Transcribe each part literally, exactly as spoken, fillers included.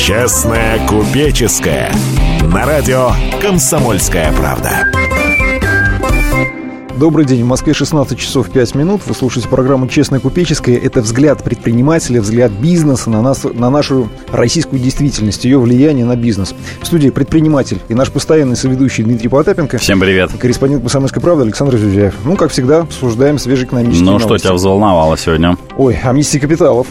Честное купеческое. На радио «Комсомольская правда». Добрый день. В Москве шестнадцать часов пять минут. Вы слушаете программу «Честное купеческое». Это взгляд предпринимателя, взгляд бизнеса на нас, на нашу российскую действительность, ее влияние на бизнес. В студии предприниматель и наш постоянный соведущий Дмитрий Потапенко. Всем привет. Корреспондент «Комсомольской правды» Александр Зюзяев. Ну, как всегда, обсуждаем свежие экономические Ну, новости. что тебя взволновало сегодня? Ой, амнистия капиталов.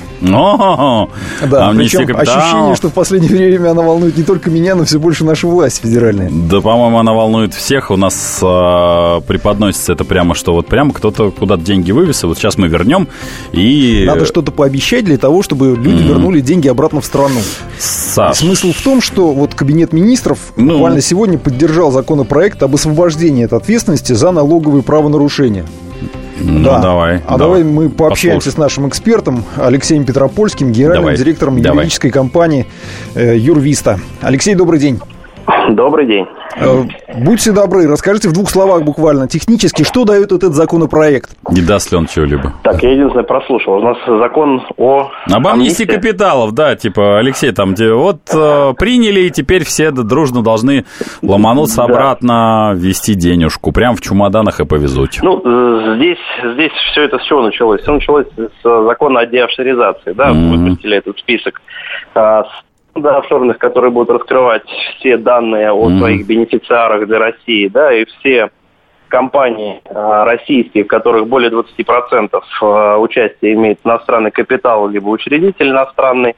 О, да, амнистия причем капиталов. ощущение, что в последнее время она волнует не только меня, но все больше нашу власть федеральную. Да, по-моему, она волнует всех. У нас э, преподносится это прямо, что вот прямо кто-то куда-то деньги вывез, и вот сейчас мы вернем, и... Надо что-то пообещать для того, чтобы люди mm-hmm. вернули деньги обратно в страну. Саш. Смысл в том, что вот Кабинет министров ну... буквально сегодня поддержал законопроект об освобождении от ответственности за налоговые правонарушения. Ну, да. давай. А давай, давай мы пообщаемся Послушай. с нашим экспертом Алексеем Петропольским, генеральным давай. директором давай. юридической компании э, Юрвиста. Алексей, добрый день. Добрый день. Э, будьте добры, расскажите в двух словах буквально технически, что дает этот законопроект. Не даст ли он чего-либо? Так, я единственное прослушал. У нас закон о... Об амнистии капиталов, да, типа, Алексей, там, где вот э, приняли, и теперь все дружно должны ломануться да. обратно, ввести денежку, прям в чемоданах и повезуть. Ну, здесь, здесь все это с чего началось? Все началось с закона о деофшоризации, да, mm-hmm. выпустили этот список с да, офшорных, которые будут раскрывать все данные о mm-hmm. своих бенефициарах для России, да, и все компании э, российские, в которых более двадцать процентов э, участия имеет иностранный капитал, либо учредитель иностранный,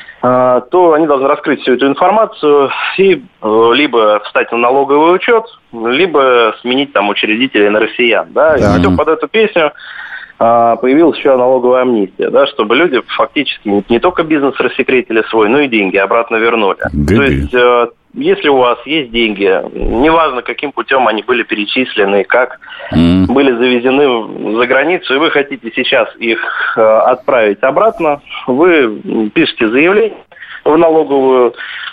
э, то они должны раскрыть всю эту информацию и э, либо встать на налоговый учет, либо сменить там учредителей на россиян, да, mm-hmm. и все под эту песню. Появилась еще налоговая амнистия, да, чтобы люди фактически не, не только бизнес рассекретили свой, но и деньги обратно вернули. Да-да. То есть, э, если у вас есть деньги, неважно, каким путем они были перечислены, как mm. были завезены за границу, и вы хотите сейчас их э, отправить обратно, вы пишете заявление в налоговую,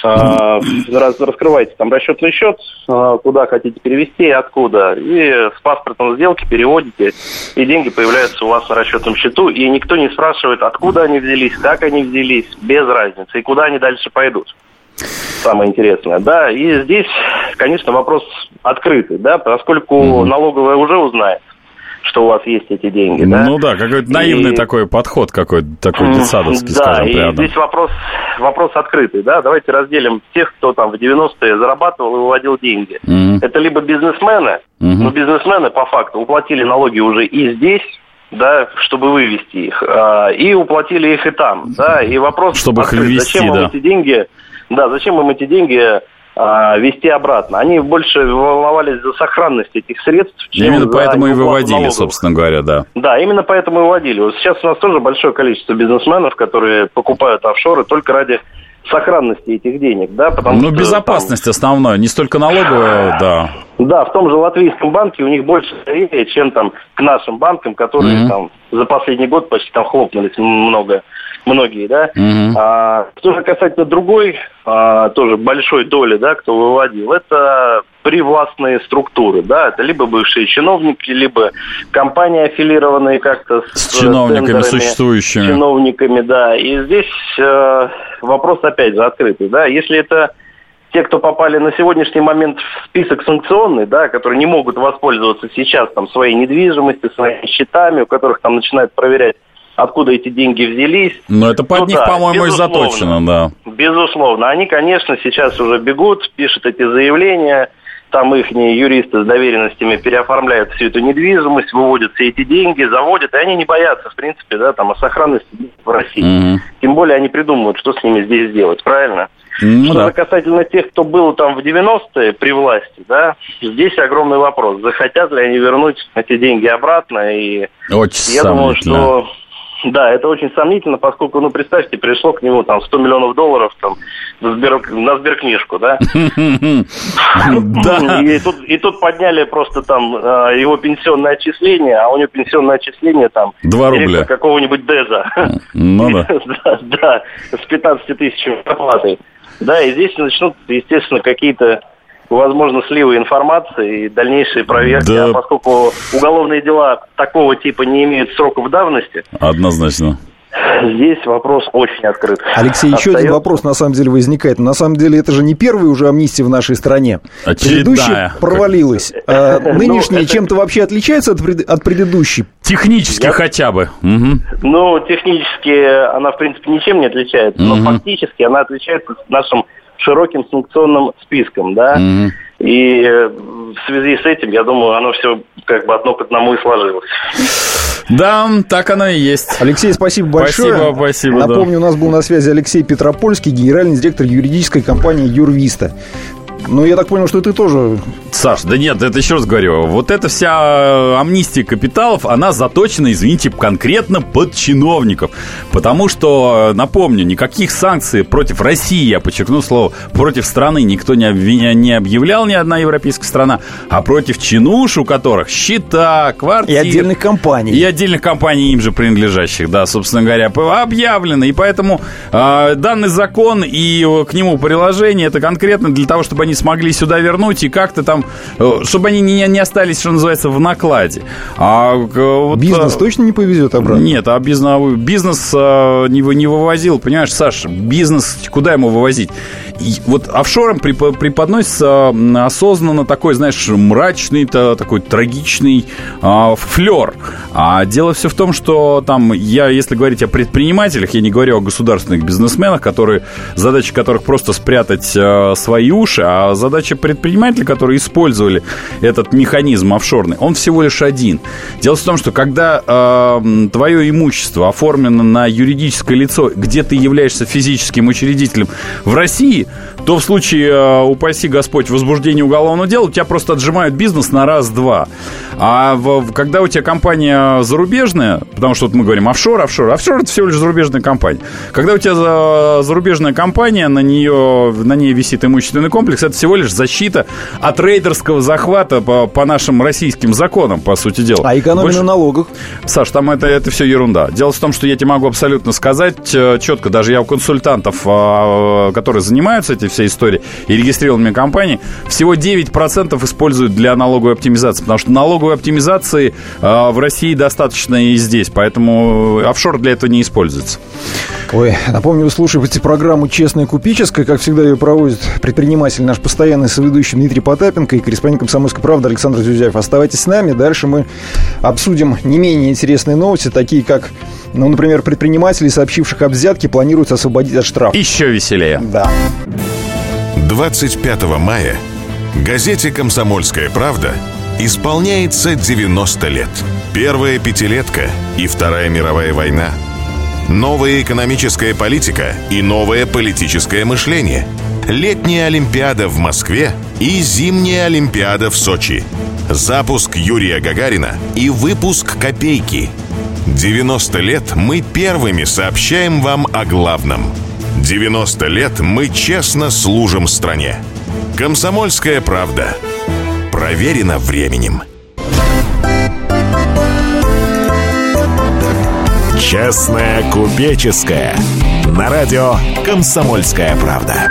э, раз, раскрываете там расчетный счет, э, куда хотите перевести и откуда, и с паспортом сделки переводите, и деньги появляются у вас на расчетном счету, и никто не спрашивает, откуда они взялись, как они взялись, без разницы, и куда они дальше пойдут. Самое интересное, да, и здесь, конечно, вопрос открытый, да, поскольку mm-hmm. налоговая уже узнает, что у вас есть эти деньги, да? Ну да, какой-то наивный и... такой подход, какой-то такой детсадовский, да, скажем прямо. Да, и здесь вопрос, вопрос открытый, да, давайте разделим тех, кто там в девяностые зарабатывал и выводил деньги. Mm-hmm. Это либо бизнесмены, mm-hmm. но бизнесмены по факту уплатили налоги уже и здесь, да, чтобы вывести их, и уплатили их и там, да, и вопрос чтобы открыт, их ввести, зачем да. им эти деньги, да, зачем им эти деньги вести обратно. Они больше волновались за сохранность этих средств, чем именно за поэтому и выводили, налоговых. собственно говоря, да. Да, именно поэтому и выводили. Вот сейчас у нас тоже большое количество бизнесменов, которые покупают офшоры только ради сохранности этих денег, да, потому ну, что... безопасность там... основная, не столько налоговая, да. Да, в том же латвийском банке у них больше доверия, чем там к нашим банкам, которые mm-hmm. там за последний год почти там хлопнулись много, многие, да. Mm-hmm. А, что же касательно другой, а, тоже большой доли, да, кто выводил, это привластные структуры, да, это либо бывшие чиновники, либо компании, аффилированные как-то с, с чиновниками существующими. Чиновниками, да, и здесь э, вопрос опять же открытый, да, если это те, кто попали на сегодняшний момент в список санкционный, да, которые не могут воспользоваться сейчас там своей недвижимостью, своими счетами, у которых там начинают проверять, откуда эти деньги взялись. Но это под ну, них, да, по-моему, и заточено, да. Безусловно. Они, конечно, сейчас уже бегут, пишут эти заявления, там их юристы с доверенностями переоформляют всю эту недвижимость, выводят все эти деньги, заводят, и они не боятся, в принципе, да, там, о сохранности в России. Mm-hmm. Тем более они придумывают, что с ними здесь сделать, правильно? Ну, что да. касательно тех, кто был там в девяностые при власти, да, здесь огромный вопрос. Захотят ли они вернуть эти деньги обратно? И очень я думаю, что да, это очень сомнительно, поскольку, ну, представьте, пришло к нему там сто миллионов долларов там, на, сбер... на сберкнижку, да? И тут подняли просто там его пенсионное отчисление, а у него пенсионное отчисление там... два рубля. Какого-нибудь Деза. Ну да. Да, с пятнадцать тысяч зарплатой. Да, и здесь начнут, естественно, какие-то, возможно, сливы информации и дальнейшие проверки. Да. А поскольку уголовные дела такого типа не имеют сроков давности... Однозначно. Здесь вопрос очень открыт. Алексей, еще Остается... один вопрос на самом деле возникает. На самом деле это же не первая уже амнистия в нашей стране. Предыдущая провалилась. А нынешняя ну, это... чем-то вообще отличается от, пред... от предыдущей? Технически Я... хотя бы. Угу. Ну, технически она, в принципе, ничем не отличается. Угу. Но фактически она отличается нашим широким санкционным списком, да. Угу. И в связи с этим, я думаю, оно все как бы одно к одному и сложилось. Да, так оно и есть. Алексей, спасибо большое. Спасибо, спасибо. Напомню, да. у нас был на связи Алексей Петропольский, генеральный директор юридической компании «Юрвиста». Ну, я так понял, что ты тоже... Саш, да нет, это еще раз говорю, вот эта вся амнистия капиталов, она заточена, извините, конкретно под чиновников. Потому что, напомню, никаких санкций против России, я подчеркну слово, против страны никто не, обвиня... не объявлял, ни одна европейская страна, а против чинуш, у которых счета, квартиры... И отдельных компаний. И отдельных компаний, им же принадлежащих, да, собственно говоря, объявлено. И поэтому э, данный закон и к нему приложение, это конкретно для того, чтобы они смогли сюда вернуть и как-то там, чтобы они не, не остались, что называется, в накладе. А, вот, бизнес а, точно не повезет обратно? Нет, а бизнес, бизнес а, не, не вывозил, понимаешь, Саш, бизнес, куда ему вывозить? И вот офшорам преподносится осознанно такой, знаешь, мрачный, такой трагичный а, флер. А дело все в том, что там, я, если говорить о предпринимателях, я не говорю о государственных бизнесменах, которые, задача которых просто спрятать а, свои уши, а задача предпринимателей, которые использовали этот механизм офшорный, он всего лишь один. Дело в том, что когда э, твое имущество оформлено на юридическое лицо, где ты являешься физическим учредителем в России, то в случае, э, упаси Господь, возбуждения уголовного дела, у тебя просто отжимают бизнес на раз-два. А в, когда у тебя компания зарубежная, потому что вот мы говорим офшор, офшор, офшор — это всего лишь зарубежная компания. Когда у тебя зарубежная компания, на нее, на ней висит имущественный комплекс, это всего лишь защита от рейдерского захвата по, по нашим российским законам, по сути дела. А экономия Больше... на налогах? Саш, там это, это все ерунда. Дело в том, что я тебе могу абсолютно сказать четко, даже я у консультантов, которые занимаются этой всей историей и регистрированными компаниями, всего девять процентов используют для налоговой оптимизации, потому что налоговой оптимизации в России достаточно и здесь, поэтому офшор для этого не используется. Ой, напомню, вы слушаете программу «Честная купеческая». Как всегда, ее проводит предприниматель, наш постоянный соведущий Дмитрий Потапенко и корреспондент «Комсомольской правды» Александр Зюзяев. Оставайтесь с нами. Дальше мы обсудим не менее интересные новости, такие как, ну, например, предпринимателей, сообщивших об взятке, планируется освободить от штрафа. Еще веселее. Да. двадцать пятого мая газете «Комсомольская правда» исполняется девяносто лет. Первая пятилетка и Вторая мировая война. Новая экономическая политика и новое политическое мышление. Летняя Олимпиада в Москве и зимняя Олимпиада в Сочи. Запуск Юрия Гагарина и выпуск «Копейки». девяносто лет мы первыми сообщаем вам о главном. девяносто лет мы честно служим стране. «Комсомольская правда». Проверено временем. Честная купеческая. На радио «Комсомольская правда».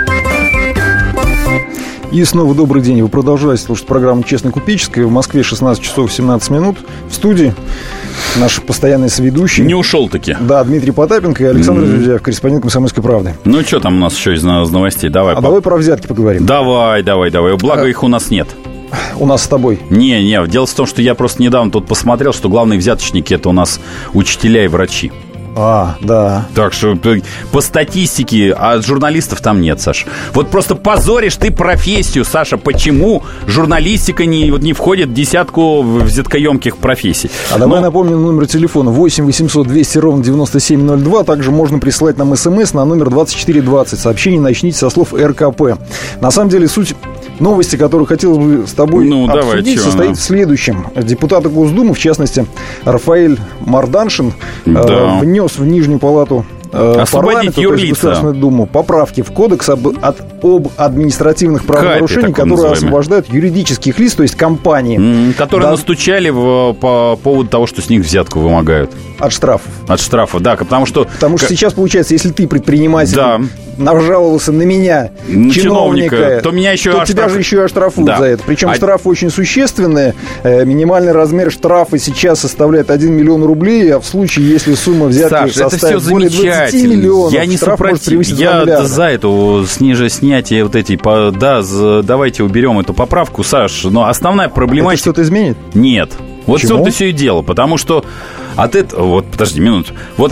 И снова добрый день. Вы продолжаете слушать программу «Честная купеческая». В Москве шестнадцать часов семнадцать минут. В студии наш постоянный соведущий. Не ушел-таки. Да, Дмитрий Потапенко и Александр mm-hmm. Зюзяев, корреспондент «Комсомольской правды». Ну, что там у нас еще из новостей? Давай. А по... давай про взятки поговорим. Давай, давай, давай. Благо а... их у нас нет. У нас с тобой. Не, не, дело в том, что я просто недавно тут посмотрел, что главные взяточники — это у нас учителя и врачи. А, да. Так что по статистике, а журналистов там нет, Саша. Вот просто позоришь ты профессию, Саша. Почему журналистика не, не входит в десятку взяткоемких профессий? А давай Но... напомним номер телефона восемь восемьсот двести ровно девяносто семь ноль два. Также можно присылать нам смс на номер двадцать четыре двадцать. Сообщение начните со слов эр ка пэ. На самом деле суть новости, которую хотелось бы с тобой ну, обсудить, давай, состоит в следующем. Депутаты Госдумы, в частности, Рафаэль Марданшин, да. э, внес в Нижнюю палату э, парламента, то есть Государственную Думу, поправки в кодекс об, от, об административных правонарушениях, которые называемый. освобождают юридических лиц, то есть компании. Mm, которые да, настучали в, по поводу того, что с них взятку вымогают. От штрафов. От штрафа, да, потому что... Потому что сейчас, получается, если ты предприниматель, да. нажаловался на меня, на чиновника, чиновника, то, меня еще то оштраф... тебя же еще и оштрафуют да. за это. Причем а... штрафы очень существенные. Минимальный размер штрафа сейчас составляет один миллион рублей, а в случае, если сумма взятки Саш, составит более двадцать миллионов, я не штраф может превысить я два миллиарда. За это снижение, снятие вот эти, да, давайте уберем эту поправку, Саш, но основная проблематика... Это что-то изменит? Нет. Вот Почему? в том-то все и дело, потому что от этого... Вот, подожди, минуту. Вот...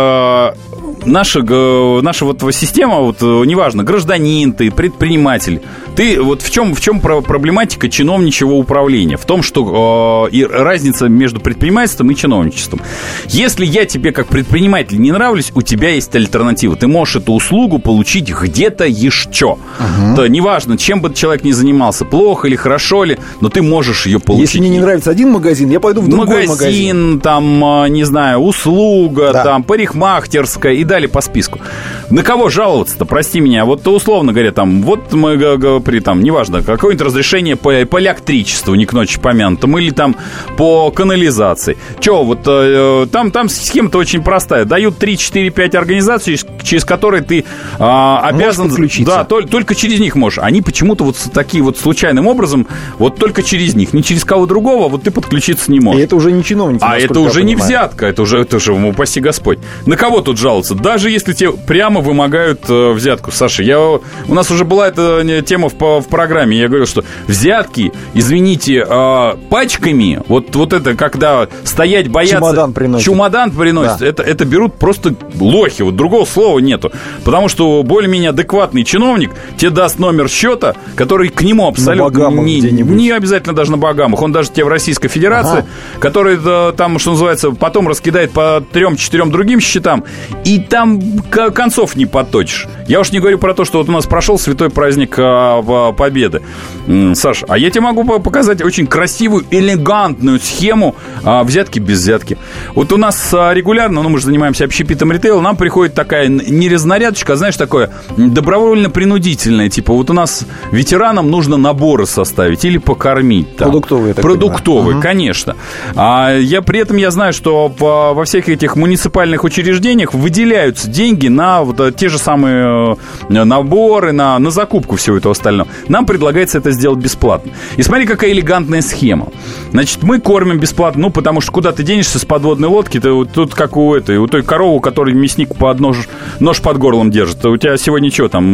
Наша, наша вот система, вот, неважно, гражданин ты, предприниматель, ты, вот в чем, в чем проблематика чиновничьего управления? В том, что э, и разница между предпринимательством и чиновничеством. Если я тебе как предприниматель не нравлюсь, у тебя есть альтернатива. Ты можешь эту услугу получить где-то еще. Угу. То, неважно, чем бы человек ни занимался, плохо или хорошо ли, но ты можешь ее получить. Если мне не нравится один магазин, я пойду в другой магазин. Магазин, там, не знаю, услуга, да. там, парикмахерская и далее по списку. На кого жаловаться-то, прости меня? Вот условно говоря, там, вот мы при, там, неважно, какое-нибудь разрешение по, по электричеству, не к ночи помянутому, или там по канализации. Че, вот э, там, там схема-то очень простая. Дают три, четыре, пять организаций, через которые ты э, обязан... Да, только, только через них можешь. Они почему-то вот такие вот случайным образом, вот только через них, не через кого другого, вот ты подключиться не можешь. И это уже не чиновники. А это уже не взятка, это уже, это уже, упаси Господь. На кого тут жаловаться? Даже если тебе прямо вымогают э, взятку. Саша, я, у нас уже была эта тема в, в программе. Я говорил, что взятки, извините, э, пачками, вот, вот это, когда стоять боятся... Чемодан приносят. Чемодан приносят. Да. Это, это берут просто лохи. Вот другого слова нету. Потому что более-менее адекватный чиновник тебе даст номер счета, который к нему абсолютно не, не обязательно даже на Багамах. Он даже тебе в Российской Федерации, ага. который там, что называется, потом раскидает по трем-четырем другим счетам. И там концов не подточишь. Я уж не говорю про то, что вот у нас прошел святой праздник а, Победы. Саш, а я тебе могу показать очень красивую, элегантную схему а, взятки без взятки. Вот у нас а, регулярно, ну мы же занимаемся общепитом ритейла, нам приходит такая не разнарядочка, а знаешь, такое добровольно-принудительное. Типа вот у нас ветеранам нужно наборы составить или покормить. Там. Продуктовые. Продуктовые, конечно. А я, при этом я знаю, что во, во всех этих муниципальных учреждениях выделяются деньги на вот те же самые наборы, на, на закупку всего этого остального. Нам предлагается это сделать бесплатно. И смотри, какая элегантная схема. Значит, мы кормим бесплатно, ну, потому что куда ты денешься с подводной лодки, ты вот тут как у этой, у той коровы, у которой мясник под нож, нож под горлом держит. У тебя сегодня что там,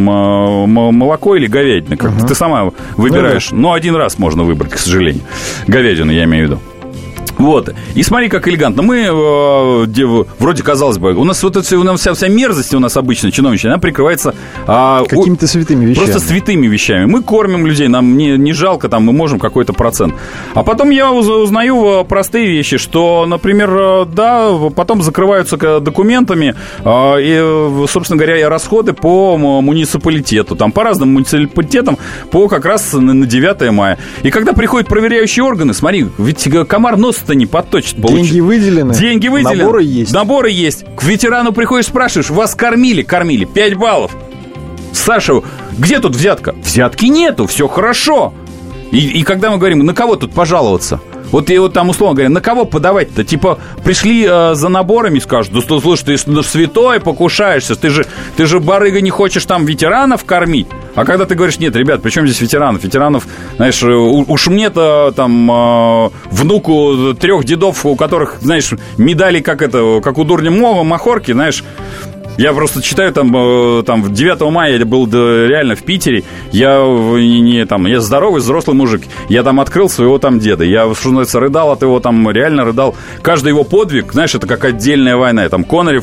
молоко или говядина? Как uh-huh. ты сама выбираешь. Ну, ну, один раз можно выбрать, к сожалению. Говядину, я имею в виду. Вот. И смотри, как элегантно. Мы, э, где, вроде, казалось бы, у нас вот эта у нас вся, вся мерзость у нас обычно чиновничья, она прикрывается... Э, какими-то святыми вещами. Просто святыми вещами. Мы кормим людей, нам не, не жалко, там, мы можем какой-то процент. А потом я узнаю простые вещи, что, например, да, потом закрываются документами э, и, собственно говоря, расходы по муниципалитету. Там по разным муниципалитетам, по как раз на девятое мая. И когда приходят проверяющие органы, смотри, ведь комар нос не подточит. Деньги выделены. Деньги выделены. Наборы есть. Наборы есть. К ветерану приходишь, спрашиваешь, вас кормили? Кормили. пять баллов. Саша, где тут взятка? Взятки нету, все хорошо. И, и когда мы говорим, на кого тут пожаловаться? Вот и вот там, условно говоря, на кого подавать-то? Типа, пришли э, за наборами, скажут, да слушай, ты ну, святой покушаешься, ты же, ты же, барыга, не хочешь там ветеранов кормить. А когда ты говоришь, нет, ребят, при чем здесь ветеранов? Ветеранов, знаешь, уж мне-то там э, внуку трех дедов, у которых, знаешь, медали, как это, как у дурня Махорки, знаешь... Я просто читаю, там, там девятого мая я был да, реально в Питере. Я не там, я здоровый, взрослый мужик. Я там открыл своего там деда. Я, что называется, рыдал от его там, реально рыдал. Каждый его подвиг, знаешь, это как отдельная война. Там Конорев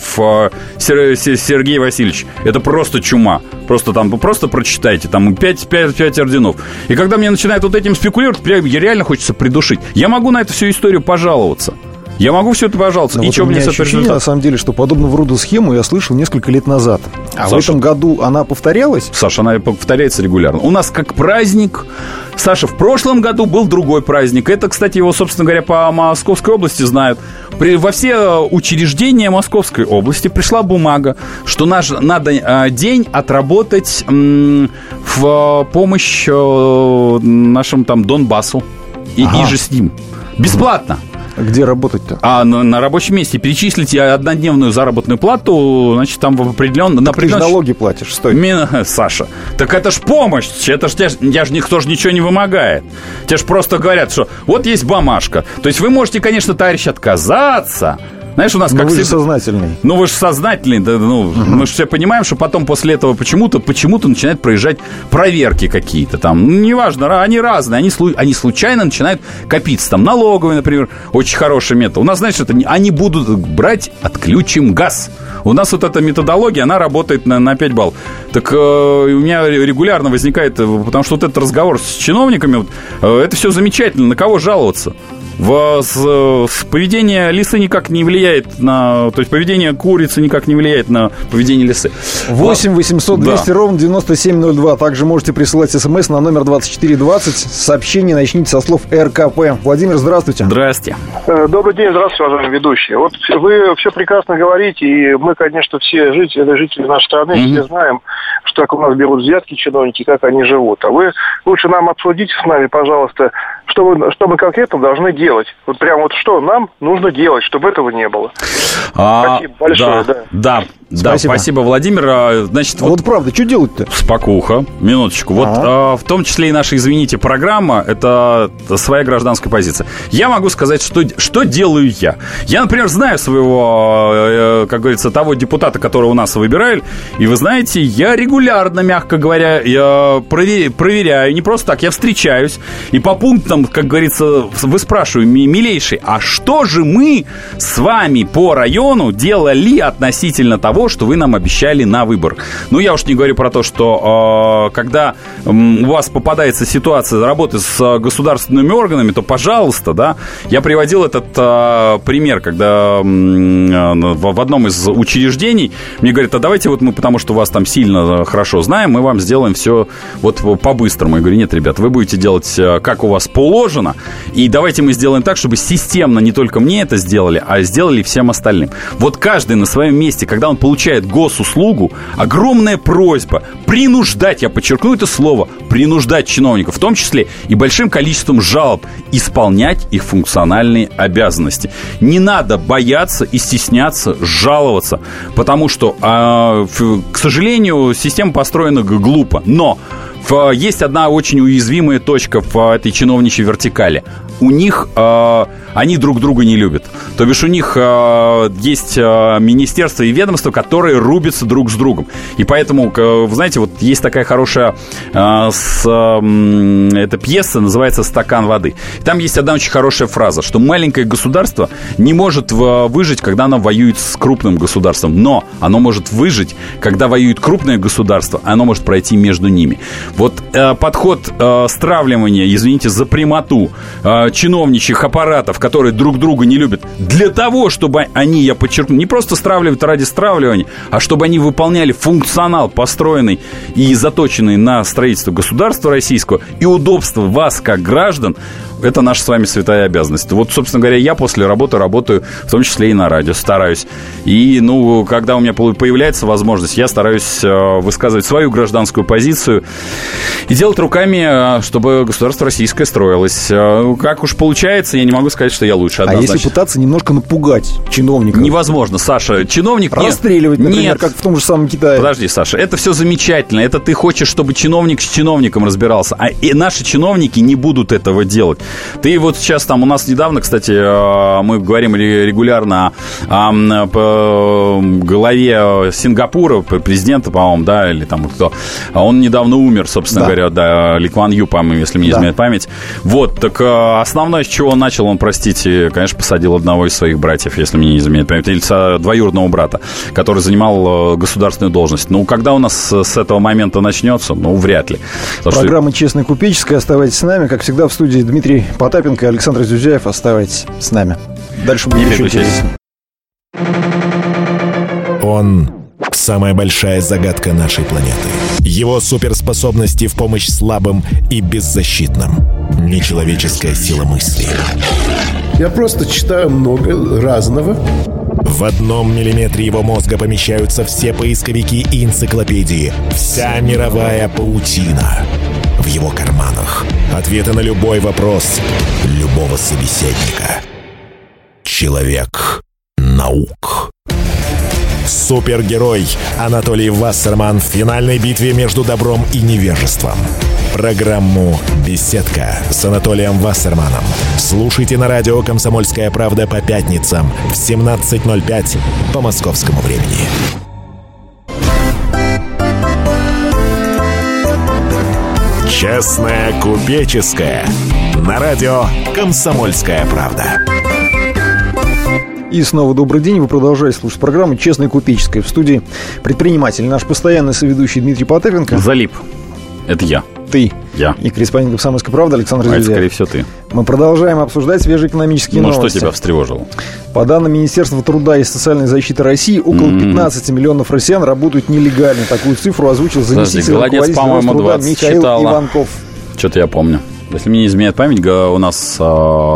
Сергей Васильевич. Это просто чума. Просто там, просто прочитайте. Там пять, пять, пять орденов. И когда мне начинают вот этим спекулировать, мне реально хочется придушить. Я могу на эту всю историю пожаловаться. Я могу все это пожаловаться. Но и вот что у мне меня с этого ощущение, результат? на самом деле, что подобного рода схему я слышал несколько лет назад. А Саша, в этом году она повторялась? Саша, она повторяется регулярно. У нас как праздник. Саша, в прошлом году был другой праздник. Это, кстати, его, собственно говоря, по Московской области знают. При, во все учреждения Московской области пришла бумага, что наш, надо э, день отработать м, в помощь э, нашему там Донбассу и, Ага. и же с ним. Бесплатно. Где работать-то? А на, на рабочем месте перечислите однодневную заработную плату, значит, там в определенном... Так ты же налоги платишь, стой. Мин... Саша, так это ж помощь, это ж тебя, тебя ж никто же ничего не вымогает. Тебе ж просто говорят, что вот есть бумажка. То есть вы можете, конечно, товарищ, отказаться. Знаешь, у нас Но как вы же всегда... сознательный. Ну, вы же сознательный, да, ну, uh-huh. мы же все понимаем, что потом после этого почему-то, почему-то начинают проезжать проверки какие-то там. Ну, неважно, они разные, они, они случайно начинают копиться. Там налоговые, например, очень хороший метод. У нас, знаешь, это, они будут брать, отключим газ. У нас вот эта методология, она работает на, на пять баллов. Так э, у меня регулярно возникает, потому что вот этот разговор с чиновниками, вот, э, это все замечательно, на кого жаловаться? В, с, с, поведение лисы никак не влияет на... То есть поведение курицы никак не влияет на поведение лисы. восемь восемьсот двести да. ровно девяносто семь ноль два. Также можете присылать смс на номер двадцать четыре двадцать. Сообщение начните со слов эр ка пэ. Владимир, здравствуйте. Здрасте. Добрый день, здравствуйте, уважаемые ведущие. Вот вы все прекрасно говорите, и мы, конечно, все жители, жители нашей страны, mm-hmm. все знаем, что как у нас берут взятки чиновники, как они живут. А вы лучше нам обсудите с нами, пожалуйста, что, вы, что мы конкретно должны делать. Вот прям вот что нам нужно делать, чтобы этого не было. А, спасибо большое. Да, да, да, спасибо. да, спасибо, Владимир. Значит, вот, вот правда, что делать-то? Спокуха, минуточку. Вот а, в том числе и наша, извините, программа, это своя гражданская позиция. Я могу сказать, что, что делаю я. Я, например, знаю своего, как говорится, того депутата, которого у нас выбирали, и вы знаете, я регулярно, мягко говоря, я проверяю, проверяю, не просто так, я встречаюсь, и по пунктам, как говорится, вы спрашиваете, милейший, а что же мы с вами по району делали относительно того, что вы нам обещали на выборах? Ну, я уж не говорю про то, что э, когда э, у вас попадается ситуация работы с государственными органами, то, пожалуйста, да, я приводил этот э, пример, когда э, в, в одном из учреждений мне говорят, а давайте вот мы, потому что вас там сильно хорошо знаем, мы вам сделаем все вот по-быстрому. Я говорю, нет, ребят, вы будете делать, как у вас положено, и давайте мы сделаем так, чтобы системно не только мне это сделали, а сделали всем остальным. Вот каждый на своем месте, когда он получает госуслугу, огромная просьба принуждать, я подчеркну это слово, принуждать чиновников, в том числе и большим количеством жалоб, исполнять их функциональные обязанности. Не надо бояться и стесняться жаловаться, потому что, к сожалению, система построена глупо, но есть одна очень уязвимая точка в этой чиновничьей вертикали. У них, э, они друг друга не любят. То бишь у них э, есть э, министерства и ведомства, которые рубятся друг с другом. И поэтому, э, вы знаете, вот есть такая хорошая э, с, э, эта пьеса, называется «Стакан воды». И там есть одна очень хорошая фраза, что маленькое государство не может в, выжить, когда оно воюет с крупным государством. Но оно может выжить, когда воюет крупное государство, оно может пройти между ними. Вот э, подход э, стравливания, извините за прямоту, э, чиновничьих аппаратов, которые друг друга не любят, для того, чтобы они, я подчеркну, не просто стравливают ради стравливания, а чтобы они выполняли функционал, построенный и заточенный на строительство государства российского и удобство вас, как граждан, это наша с вами святая обязанность. Вот, собственно говоря, я после работы работаю, в том числе и на радио, стараюсь. И, ну, когда у меня появляется возможность, я стараюсь высказывать свою гражданскую позицию и делать руками, чтобы государство российское строилось. Как уж получается, я не могу сказать, что я лучше. Однозначно. А если пытаться немножко напугать чиновника? Невозможно, Саша. Чиновник... Расстреливать, нет, например, нет. как в том же самом Китае. Подожди, Саша, это все замечательно. Это ты хочешь, чтобы чиновник с чиновником разбирался. А и наши чиновники не будут этого делать. Ты вот сейчас там, у нас недавно, кстати, мы говорим регулярно о главе Сингапура, президента, по-моему, да, или там кто. Он недавно умер, собственно да. говоря, да, Ли Куан Ю, по-моему, если мне не изменяет да. память. Вот, так основное, с чего он начал, он, простите, конечно, посадил одного из своих братьев, если мне не изменяет память, или двоюродного брата, который занимал государственную должность. Ну, когда у нас с этого момента начнется, ну, вряд ли. Потому Программа что... «Честная купеческая». Оставайтесь с нами. Как всегда, в студии Дмитрий Потапенко и Александр Зюзяев. Оставайтесь с нами. Дальше будет еще интереснее. Он — самая большая загадка нашей планеты. Его суперспособности в помощь слабым и беззащитным. Нечеловеческая сила мысли. Я просто читаю много разного. В одном миллиметре его мозга помещаются все поисковики и энциклопедии. Вся мировая паутина. В его карманах ответы на любой вопрос любого собеседника. Человек-наук. Супергерой Анатолий Вассерман в финальной битве между добром и невежеством. Программу «Беседка» с Анатолием Вассерманом слушайте на радио «Комсомольская правда» по пятницам в семнадцать ноль пять по московскому времени. Честная купеческая на радио «Комсомольская правда». И снова добрый день. Вы продолжаете слушать программу «Честная купеческая». В студии предприниматель, наш постоянный соведущий Дмитрий Потапенко. Залип. Это я. Ты. Я. И корреспондент «Комсомольской правды» Александр Зюзяев. А это, скорее всего, ты. Мы продолжаем обсуждать свежие экономические ну, новости. Ну, что тебя встревожило? По данным Министерства труда и социальной защиты России, около mm-hmm. пятнадцать миллионов россиян работают нелегально. Такую цифру озвучил заместитель руководителя Роструда Михаил читала. Иванков. Что-то я помню. Если мне не изменяет память, у нас э,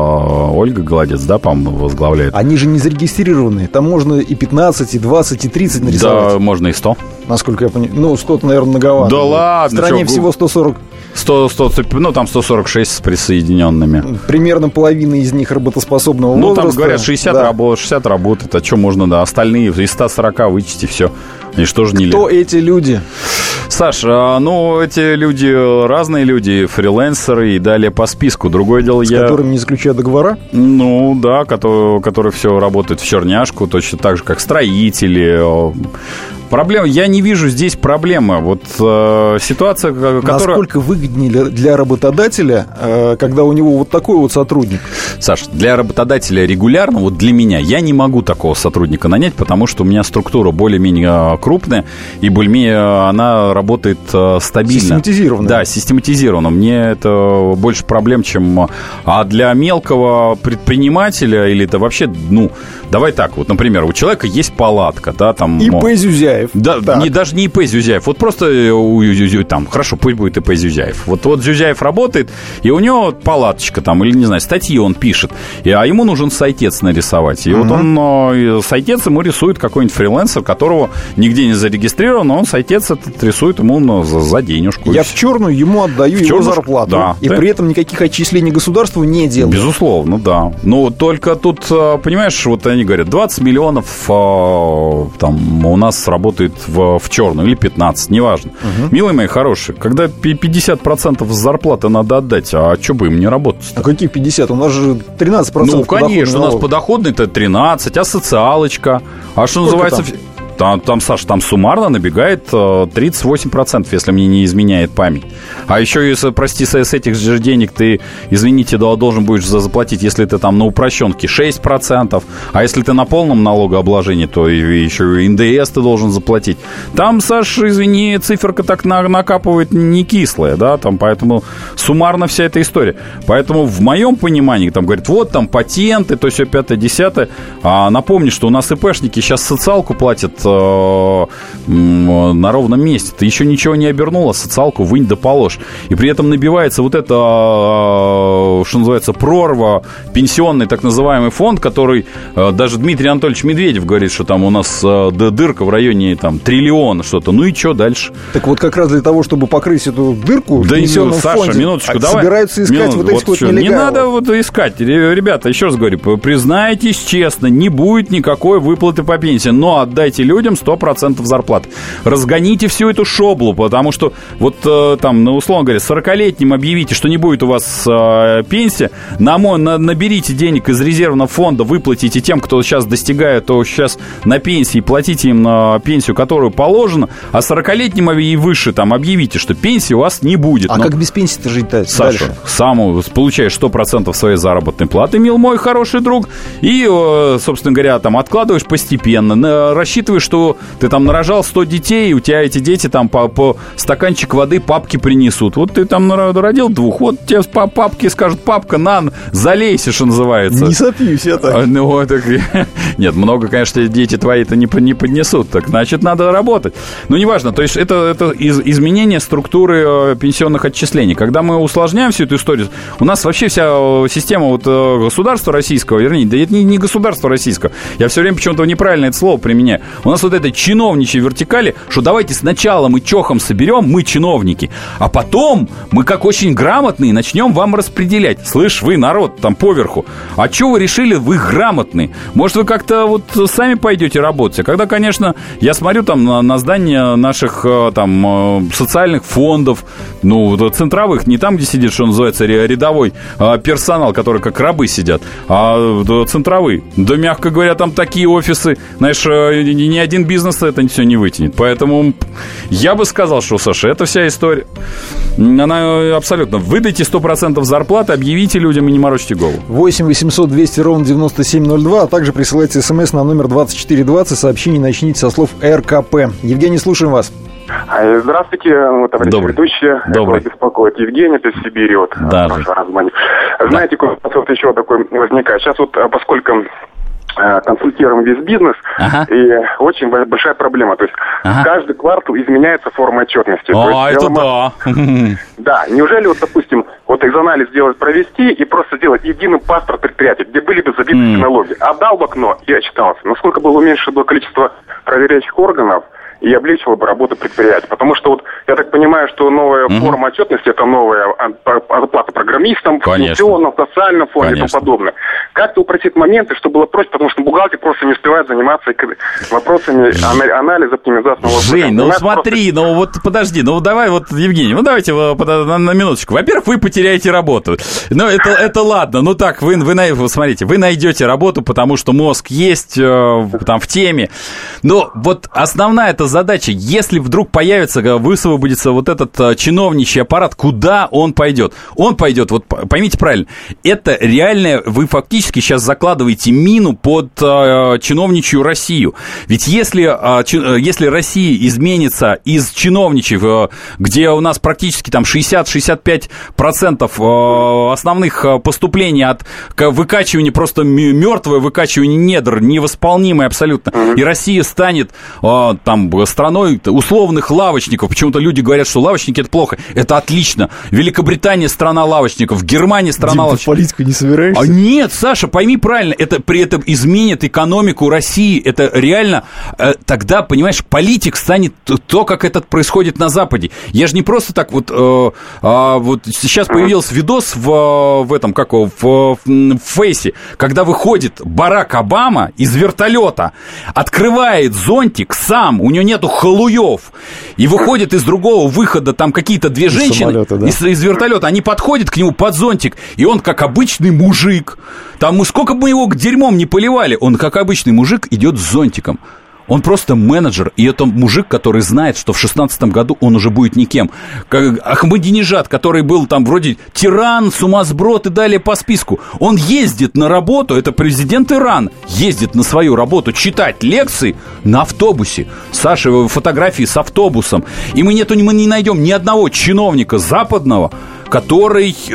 Ольга Голодец, да, по-моему, возглавляет. Они же не зарегистрированные. Там можно и пятнадцать, и двадцать, и тридцать нарисовать. Да, можно и сто. Насколько я понимаю. Ну, сто-то, наверное, многовато. Да ладно. В стране чё, всего сто сорок. сто, сто, ну, там сто сорок шесть с присоединенными. Примерно половина из них работоспособного ну, возраста. Ну, там, говорят, шестьдесят, да. раб, шестьдесят работает. А что можно, да, остальные из ста сорока вычесть и все. Они что же не Кто эти люди? Саш, ну, эти люди, разные люди, фрилансеры и далее по списку. Другое дело, С я... С которыми не заключают договора? Ну, да, которые, которые все работают в черняшку, точно так же, как строители. Проблема, я не вижу здесь проблемы. Вот э, ситуация, которая... Насколько выгоднее для работодателя, э, когда у него вот такой вот сотрудник? Саш, для работодателя регулярно, вот для меня, я не могу такого сотрудника нанять, потому что у меня структура более-менее крупная, и более-менее она работает э, стабильно. Систематизированно. Да, систематизированно. Мне это больше проблем, чем... А для мелкого предпринимателя, или это вообще, ну, давай так, вот, например, у человека есть палатка, да, там... ИП Зюзяев. Да, не, даже не ИП Зюзяев. Вот просто у, у, там, хорошо, пусть будет ИП Зюзяев. Вот, вот Зюзяев работает, и у него палаточка там, или, не знаю, статьи он пишет, и, а ему нужен сайтец нарисовать. И uh-huh. вот он, сайтец ему рисует какой-нибудь фрилансер, которого нигде не зарегистрирован, но он сайтец этот рисует ему ну, за, за денежку. Я в черную ему отдаю в его черную, зарплату, да, и да. при этом никаких отчислений государству не делаю. Безусловно, да. Но только тут, понимаешь, вот они говорят, двадцать миллионов там у нас работает в, в черную, или пятнадцать, неважно. Угу. Милые мои хорошие, когда пятьдесят процентов зарплаты надо отдать, а что бы им не работать? А каких пятьдесят? У нас же тринадцать процентов. Ну, конечно, у нас подоходный-то тринадцать, а социалочка, а что Сколько называется... Там? Там, там, Саша, там суммарно набегает тридцать восемь процентов, если мне не изменяет память. А еще, если, прости, с, с этих же денег ты, извините, должен будешь заплатить, если ты там на упрощенке, шесть процентов. А если ты на полном налогообложении, то еще и эн дэ эс ты должен заплатить. Там, Саша, извини, циферка так накапывает не кислая, да, там, поэтому суммарно вся эта история. Поэтому в моем понимании, там, говорят, вот там патенты, то все пятое, десятое. А напомню, что у нас ИПшники сейчас социалку платят на ровном месте. Ты еще ничего не обернула, социалку вынь да положь. И при этом набивается вот это, что называется, прорва, пенсионный так называемый фонд, который даже Дмитрий Анатольевич Медведев говорит, что там у нас дырка в районе там триллиона что-то. Ну и что дальше? Так вот как раз для того, чтобы покрыть эту дырку да в пенсионном ну, Саша, фонде, минуточку, давай. собираются искать Минут, вот этих вот, вот нелегалов. Не надо вот искать. Ребята, еще раз говорю, признайтесь честно, не будет никакой выплаты по пенсии, но отдайте людям сто процентов зарплаты. Разгоните всю эту шоблу, потому что вот э, там, ну, условно говоря, сорокалетним объявите, что не будет у вас э, пенсия, на, на, наберите денег из резервного фонда, выплатите тем, кто сейчас достигает, то сейчас на пенсии, платите им на пенсию, которую положено, а сорокалетним и выше там объявите, что пенсии у вас не будет. А Но, как без пенсии-то жить-то? Саша, дальше? Сам получаешь сто процентов своей заработной платы, мил мой хороший друг, и, э, собственно говоря, там откладываешь постепенно, рассчитываешь рассчитываешь, что ты там нарожал сто детей, и у тебя эти дети там по, по стаканчик воды папке принесут. Вот ты там родил двух, вот тебе по папке скажут: папка, на, залейся, что называется. Не сопьюсь я так. Ну, так... Нет, много, конечно, дети твои-то не, не поднесут, так значит, надо работать. Ну, неважно, то есть это, это из, изменение структуры э, пенсионных отчислений. Когда мы усложняем всю эту историю, у нас вообще вся система вот, э, государства российского, вернее, да это не, не государство российского, я все время почему-то неправильно это слово применяю. У нас вот это чиновничьей вертикали, что давайте сначала мы чохом соберем, мы чиновники, а потом мы, как очень грамотные, начнем вам распределять. Слышь, вы, народ, там поверху, а что вы решили, вы грамотные? Может, вы как-то вот сами пойдете работать? Когда, конечно, я смотрю там на, на здание наших там социальных фондов, ну, центровых, не там, где сидит, что называется, рядовой персонал, который как рабы сидят, а центровые. Да, мягко говоря, там такие офисы, знаешь, ни один бизнес это все не вытянет. Поэтому я бы сказал, что, Саша, это вся история. Она абсолютно. Выдайте сто процентов зарплаты, объявите людям и не морочьте голову. восемь восемьсот двести ровно девяносто семь ноль два, а также присылайте смс на номер двадцать четыре двадцать. Сообщение начните со слов эр ка пэ. Евгений, слушаем вас. Здравствуйте, товарищи ведущие. Добрый. Беспокоит Евгений из Сибири. Вот, Даже. Знаете, да. Вот еще такой возникает. Сейчас вот, поскольку консультируем весь бизнес, ага. и очень большая проблема. То есть ага. каждый квартал изменяется форма отчетности. А, это есть, да. Да, неужели вот, допустим, вот экзанализ сделать, провести и просто сделать единый паспорт предприятия, где были бы забиты mm. технологии. Отдал в окно и отчитался. Насколько было уменьшено было количество проверяющих органов, и облегчило бы работу предприятия. Потому что вот я так понимаю, что новая mm-hmm. форма отчетности — это новая оплата программистам, в пенсионном, социальном фонде Конечно. И тому подобное. Как-то упростить моменты, чтобы было проще, потому что бухгалтер просто не успевает заниматься вопросами анализа, оптимизации. Жень, ну смотри, просто... ну вот подожди, ну давай вот, Евгений, ну давайте на, на минуточку. Во-первых, вы потеряете работу. Ну это, это ладно, ну так, вы, вы, вы смотрите, вы найдете работу, потому что мозг есть э, там в теме. Но вот основная эта задача, если вдруг появится, высвободится вот этот а, чиновничий аппарат, куда он пойдет? Он пойдет, вот поймите правильно, это реально, вы фактически сейчас закладываете мину под а, чиновничью Россию. Ведь если, а, чи, если Россия изменится из чиновничьих, а, где у нас практически там шестьдесят-шестьдесят пять процентов а, основных поступлений от выкачивания, просто мертвое выкачивание недр, невосполнимое абсолютно, и Россия станет а, там страной условных лавочников. Почему-то люди говорят, что лавочники — это плохо. Это отлично. Великобритания — страна лавочников. Германия — страна Дим, лавочников. Ты в политику не собираешься? А нет, Саша, пойми правильно. Это при этом изменит экономику России. Это реально... Э, тогда, понимаешь, политик станет то, как это происходит на Западе. Я же не просто так вот... Э, э, вот сейчас появился видос в, в этом, как его, в, в Фейсе, когда выходит Барак Обама из вертолета, открывает зонтик сам, у него нету халуев, и выходит из другого выхода там какие-то две из женщины самолета, да? из, из вертолета, они подходят к нему под зонтик, и он как обычный мужик, там мы сколько бы его дерьмом не поливали, он как обычный мужик идет с зонтиком. Он просто менеджер, и это мужик, который знает, что в шестнадцатом году он уже будет никем. Как Ахмадинежад, который был там вроде тиран, сумасброд и далее по списку. Он ездит на работу, это президент Ирана, ездит на свою работу читать лекции на автобусе. Саша, фотографии с автобусом. И мы, нету, мы не найдем ни одного чиновника западного, который, э,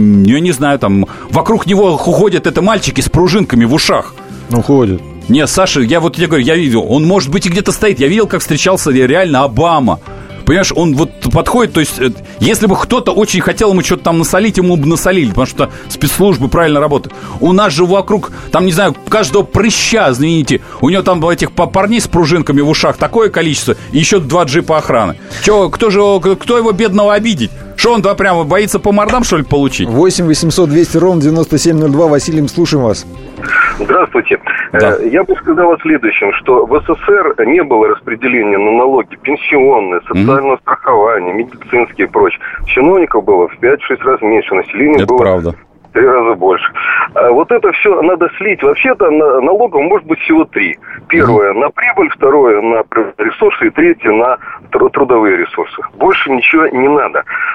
я не знаю, там, вокруг него ходят это мальчики с пружинками в ушах. Ну, ходят. Не, Саша, я вот тебе говорю, я видел, он, может быть, и где-то стоит. Я видел, как встречался реально Обама. Понимаешь, он вот подходит, то есть, если бы кто-то очень хотел ему что-то там насолить, ему бы насолили, потому что спецслужбы правильно работают. У нас же вокруг, там, не знаю, каждого прыща, извините, у него там этих парней с пружинками в ушах такое количество, и еще два джипа охраны. Че, кто же, кто его бедного обидеть? Что он-то прямо боится по мордам, что ли, получить? восемь восемьсот двести ровно девяносто семь ноль два. Василий, слушаем вас. Здравствуйте. Да. Я бы сказал о следующем, что в СССР не было распределения на налоги пенсионные, социальное mm-hmm. страхование, медицинские и прочее. Чиновников было в пять-шесть раз меньше, население Это было... правда. В три раза больше. А вот это все надо слить. Вообще-то на, налогов может быть всего три. Первое на прибыль, второе на ресурсы и третье на трудовые ресурсы. Больше ничего не надо.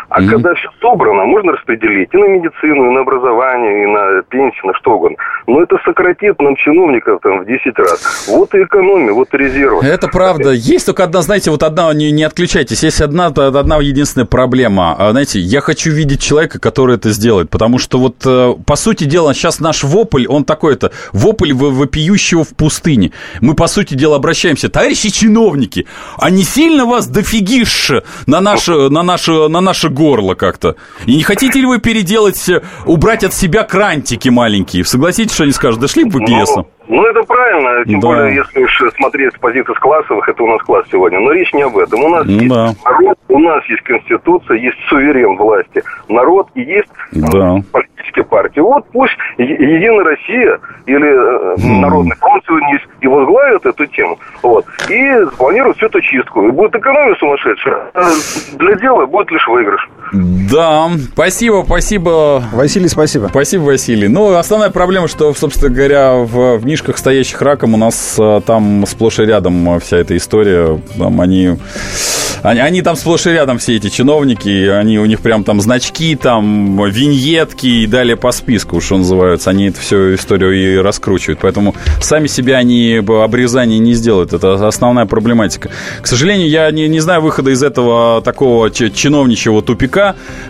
А mm-hmm. когда все собрано, можно распределить и на медицину, и на образование, и на пенсию, на что угодно. Но это сократит нам чиновников там в десять раз. Вот и экономия, вот и резервы. Это правда. Есть только одна, знаете, вот одна, не, не отключайтесь, есть одна, одна единственная проблема. Знаете, я хочу видеть человека, который это сделает, потому что вот, по сути дела, сейчас наш вопль, он такой-то, вопль вопиющего в пустыне. Мы, по сути дела, обращаемся: товарищи чиновники, а не сильно вас дофигишь на наше, на наше, на наше горло как-то? И не хотите ли вы переделать, убрать от себя крантики маленькие? Согласитесь, что они скажут: да шли бы вы к лесу. Ну, это правильно, тем да. более, если уж смотреть с позиции классовых, это у нас класс сегодня. Но речь не об этом. У нас да. есть народ, у нас есть конституция, есть суверен власти, народ и есть да. политические партии. Вот пусть Единая Россия или mm. Народный фронт сегодня есть и возглавят эту тему. Вот. И запланируют всю эту чистку. И будет экономия сумасшедшая. Для дела будет лишь выигрыш. Да, спасибо, спасибо. Василий, спасибо. Спасибо, Василий. Ну, основная проблема, что, собственно говоря, в, в нишках, стоящих раком, у нас там сплошь и рядом вся эта история. Там они, они, они там сплошь и рядом, все эти чиновники, они, у них прям там значки, там виньетки и далее по списку, что называется. Они эту всю историю и раскручивают. Поэтому сами себя они обрезание не сделают. Это основная проблематика. К сожалению, я не, не знаю выхода из этого такого чиновничьего тупика.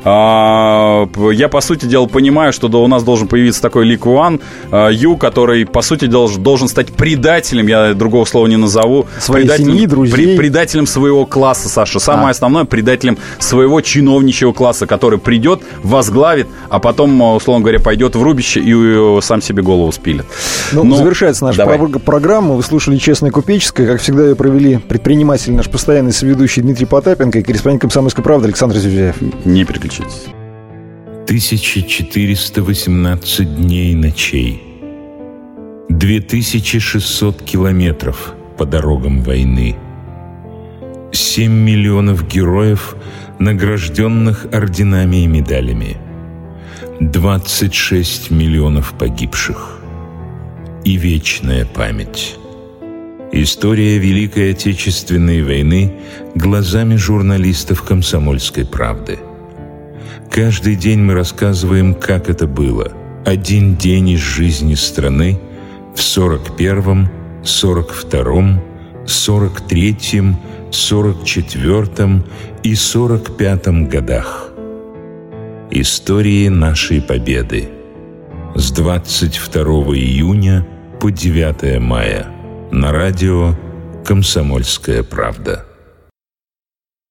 Я, по сути дела, понимаю, что у нас должен появиться такой Ли Куан Ю, который, по сути дела, должен стать предателем, я другого слова не назову, своей семьи, друзей. Предателем своего класса, Саша. Самое а. основное, предателем своего чиновничьего класса, который придет, возглавит, а потом, условно говоря, пойдет в рубище и сам себе голову спилит. Ну, ну завершается наша давай. программа. Вы слушали «Честное купеческое». Как всегда, ее провели предприниматель, наш постоянный соведущий Дмитрий Потапенко и корреспондент «Комсомольской правды» Александр Зюзяев. Не переключайтесь. тысяча четыреста восемнадцать дней и ночей. две тысячи шестьсот километров по дорогам войны. семь миллионов героев, награжденных орденами и медалями. двадцать шесть миллионов погибших. И вечная память. История Великой Отечественной войны глазами журналистов «Комсомольской правды». Каждый день мы рассказываем, как это было. Один день из жизни страны в сорок первом, сорок втором, сорок третьем, сорок четвертом и сорок пятом годах. Истории нашей победы. С двадцать второго июня по девятое мая. На радио «Комсомольская правда».